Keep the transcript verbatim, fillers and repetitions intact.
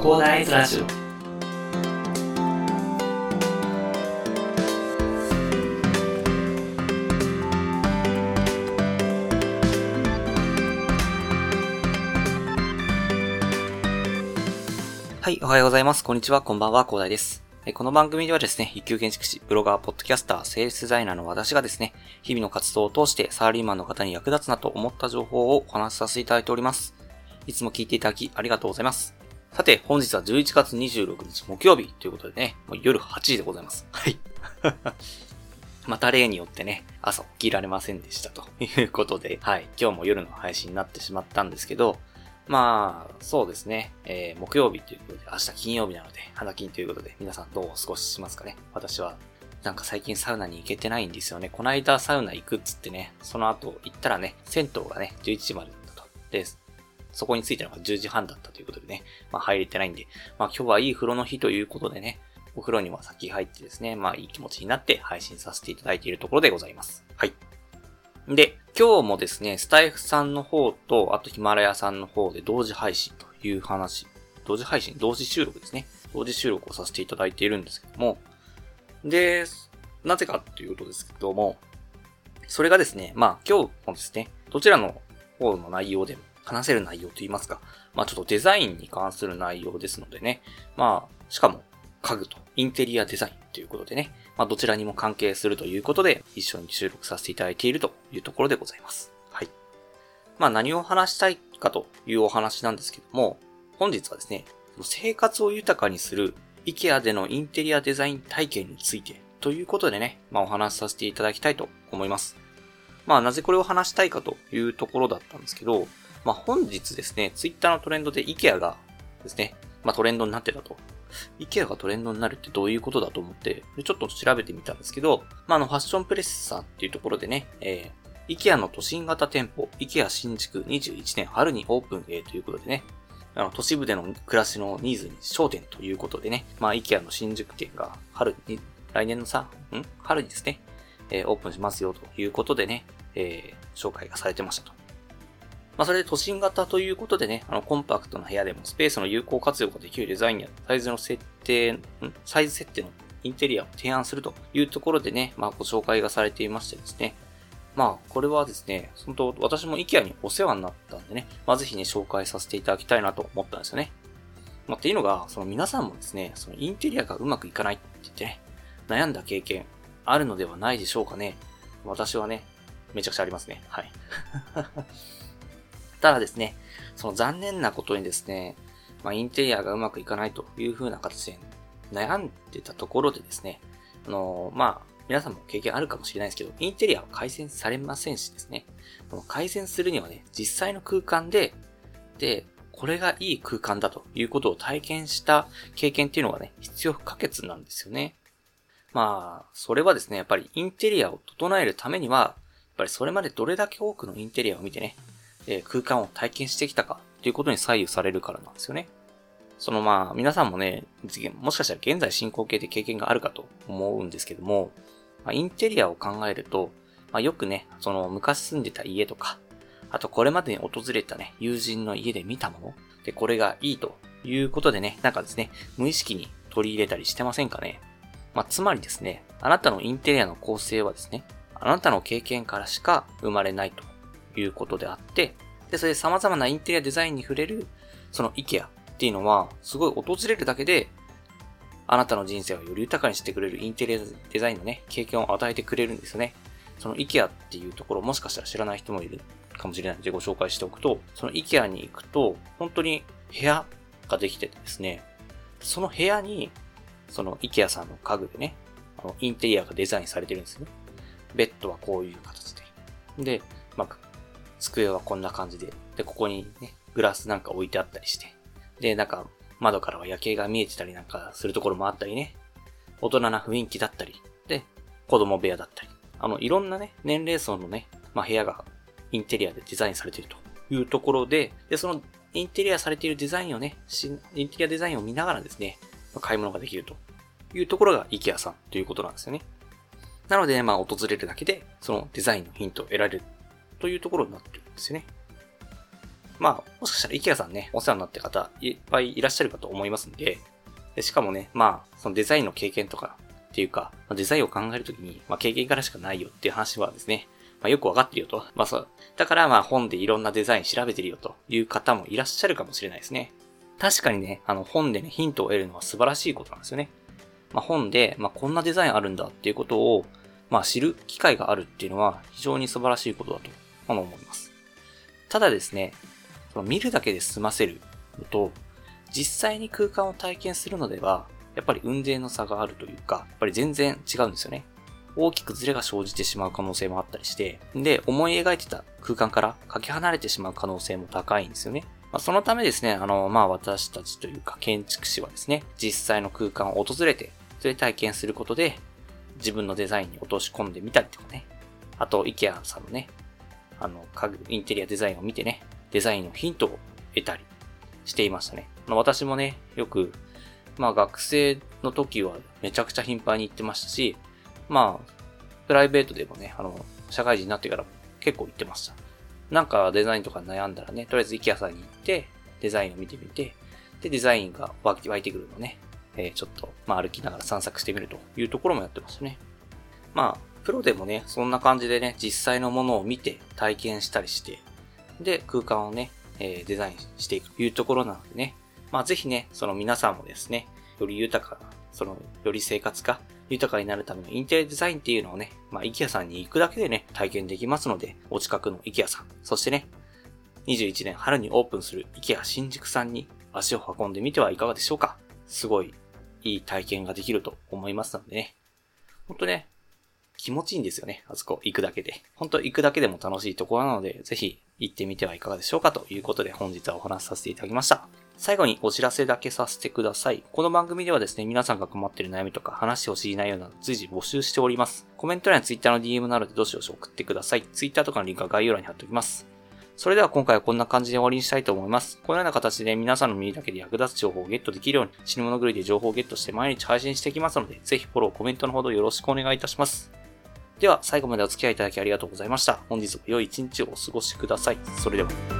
広大ズラジオ。はい、おはようございます。こんにちは、こんばんは、広大です。この番組ではですね、一級建築士、ブロガー、ポッドキャスター、セールスデザイナーの私がですね、日々の活動を通してサラリーマンの方に役立つなと思った情報をお話しさせていただいております。いつも聞いていただきありがとうございます。さて、本日はじゅういちがつにじゅうろくにち木曜日ということでね、もう夜はちじでございます。はい。また例によってね、朝起きられませんでしたということで、はい、今日も夜の配信になってしまったんですけど、まあ、そうですね、えー、木曜日ということで、明日金曜日なので、花金ということで、皆さんどうお過ごししますかね。私は、なんか最近サウナに行けてないんですよね。この間サウナ行くっつってね、その後行ったらね、銭湯がね、じゅういちじまでだったと。で、そこに着いたのがじゅうじはんだったということでね、まあ入れてないんで、まあ今日はいい風呂の日ということでね、お風呂には先入ってですね、まあいい気持ちになって配信させていただいているところでございます。はい。で、今日もですね、スタイフさんの方と、あとヒマラヤさんの方で同時配信という話、同時配信、同時収録ですね。同時収録をさせていただいているんですけども、で、なぜかということですけども、それがですね、まあ今日もですね、どちらの方の内容でも話せる内容といいますか、まあちょっとデザインに関する内容ですのでね、まあしかも家具とインテリアデザインということでね、まあどちらにも関係するということで一緒に収録させていただいているというところでございます。はい。まあ何を話したいかというお話なんですけども、本日はですね、生活を豊かにする IKEA でのインテリアデザイン体験についてということでね、まあお話しさせていただきたいと思います。まあなぜこれを話したいかというところだったんですけど、まあ本日ですね、Twitter のトレンドで IKEA がですね、まあトレンドになってたと。IKEA がトレンドになるってどういうことだと思って、ちょっと調べてみたんですけど、まあ、あの、ファッションプレッサーっていうところでね、えー、IKEA の都心型店舗、IKEA 新築にじゅういちねん春にオープンへということでね、あの、都市部での暮らしのニーズに焦点ということでね、まあ、IKEA の新宿店が春に、来年のさ、ん春にですね、えー、オープンしますよということでね、えー、紹介がされてましたと。まあ、それで都心型ということでね、あの、コンパクトな部屋でもスペースの有効活用ができるデザインやサイズの設定、んサイズ設定のインテリアを提案するというところでね、まあ、ご紹介がされていましてですね。まあ、これはですね、本当私も IKEA にお世話になったんでね、まあ、ぜひね、紹介させていただきたいなと思ったんですよね。まあ、っていうのが、その皆さんもですね、そのインテリアがうまくいかないって言ってね、悩んだ経験あるのではないでしょうかね。私はね、めちゃくちゃありますね。はい。ただですね、その残念なことにですね、まあ、インテリアがうまくいかないという風な形で悩んでたところでですね、あのー、まあ、皆さんも経験あるかもしれないですけど、インテリアは改善されませんしですね、この改善するにはね、実際の空間で、で、これがいい空間だということを体験した経験っていうのがね、必要不可欠なんですよね。まあ、それはですね、やっぱりインテリアを整えるためには、やっぱりそれまでどれだけ多くのインテリアを見てね、空間を体験してきたかということに左右されるからなんですよね。そのまあ皆さんもね、もしかしたら現在進行形で経験があるかと思うんですけども、まあ、インテリアを考えると、まあ、よくね、その昔住んでた家とか、あとこれまでに訪れたね、友人の家で見たもので、これがいいということでね、なんかですね、無意識に取り入れたりしてませんかね。まあつまりですね、あなたのインテリアの構成はですね、あなたの経験からしか生まれないということであって、で、それで様々なインテリアデザインに触れる、その IKEA っていうのは、すごい訪れるだけで、あなたの人生をより豊かにしてくれるインテリアデザインのね、経験を与えてくれるんですよね。その IKEA っていうところ、もしかしたら知らない人もいるかもしれないのでご紹介しておくと、その IKEA に行くと、本当に部屋ができててですね、その部屋に、その IKEA さんの家具でね、あのインテリアがデザインされてるんですね。ベッドはこういう形で。で、まあ、机はこんな感じで、で、ここにね、グラスなんか置いてあったりして、で、なんか、窓からは夜景が見えてたりなんかするところもあったりね、大人な雰囲気だったり、で、子供部屋だったり、あの、いろんなね、年齢層のね、まあ、部屋がインテリアでデザインされているというところで、で、そのインテリアされているデザインをね、インテリアデザインを見ながらですね、買い物ができるというところが IKEA さんということなんですよね。なので、まあ、訪れるだけで、そのデザインのヒントを得られるというところになってるんですよね。 まあ、もしかしたら IKEA さんね、お世話になってる方いっぱいいらっしゃるかと思いますんで、でしかもね、まあ、そのデザインの経験とかっていうか、デザインを考えるときに、まあ経験からしかないよっていう話はですね、まあよくわかってるよと。まあそう。だからまあ本でいろんなデザイン調べてるよという方もいらっしゃるかもしれないですね。確かにね、あの本でね、ヒントを得るのは素晴らしいことなんですよね。まあ本で、まあこんなデザインあるんだっていうことを、まあ知る機会があるっていうのは非常に素晴らしいことだと思います。ただですね、その見るだけで済ませるのと、実際に空間を体験するのでは、やっぱり雲泥の差があるというか、やっぱり全然違うんですよね。大きくズレが生じてしまう可能性もあったりして、で、思い描いてた空間からかけ離れてしまう可能性も高いんですよね。まあ、そのためですね、あの、まあ、私たちというか建築士はですね、実際の空間を訪れて、それで体験することで、自分のデザインに落とし込んでみたりとかね。あと、IKEA さんのね、あの、家具、インテリアデザインを見てね、デザインのヒントを得たりしていましたね。まあ、私もね、よく、まあ学生の時はめちゃくちゃ頻繁に行ってましたし、まあ、プライベートでもね、あの、社会人になってからも結構行ってました。なんかデザインとか悩んだらね、とりあえず IKEA さんに行って、デザインを見てみて、で、デザインが湧いてくるのね、えー、ちょっと、まあ歩きながら散策してみるというところもやってましたね。まあ、プロでもね、そんな感じでね、実際のものを見て体験したりして、で、空間をね、えー、デザインしていくというところなのでね、まあぜひね、その皆さんもですね、より豊かな、その、より生活が豊かになるためのインテリアデザインっていうのをね、まあ IKEA さんに行くだけでね、体験できますので、お近くの IKEA さん、そしてね、にじゅういちねん春にオープンする IKEA 新宿さんに足を運んでみてはいかがでしょうか。すごいいい体験ができると思いますのでね。ほんとね、気持ちいいんですよね。あそこ行くだけで。ほんと行くだけでも楽しいところなので、ぜひ行ってみてはいかがでしょうかということで本日はお話しさせていただきました。最後にお知らせだけさせてください。この番組ではですね、皆さんが困っている悩みとか話してほしい内容など随時募集しております。コメント欄や Twitter の ディーエム などでどしどし送ってください。Twitter とかのリンクは概要欄に貼っておきます。それでは今回はこんな感じで終わりにしたいと思います。このような形で皆さんの耳だけで役立つ情報をゲットできるように、死に物狂いで情報をゲットして毎日配信していきますので、ぜひフォロー、コメントのほどよろしくお願いいたします。では最後までお付き合いいただきありがとうございました。本日も良い一日をお過ごしください。それでは。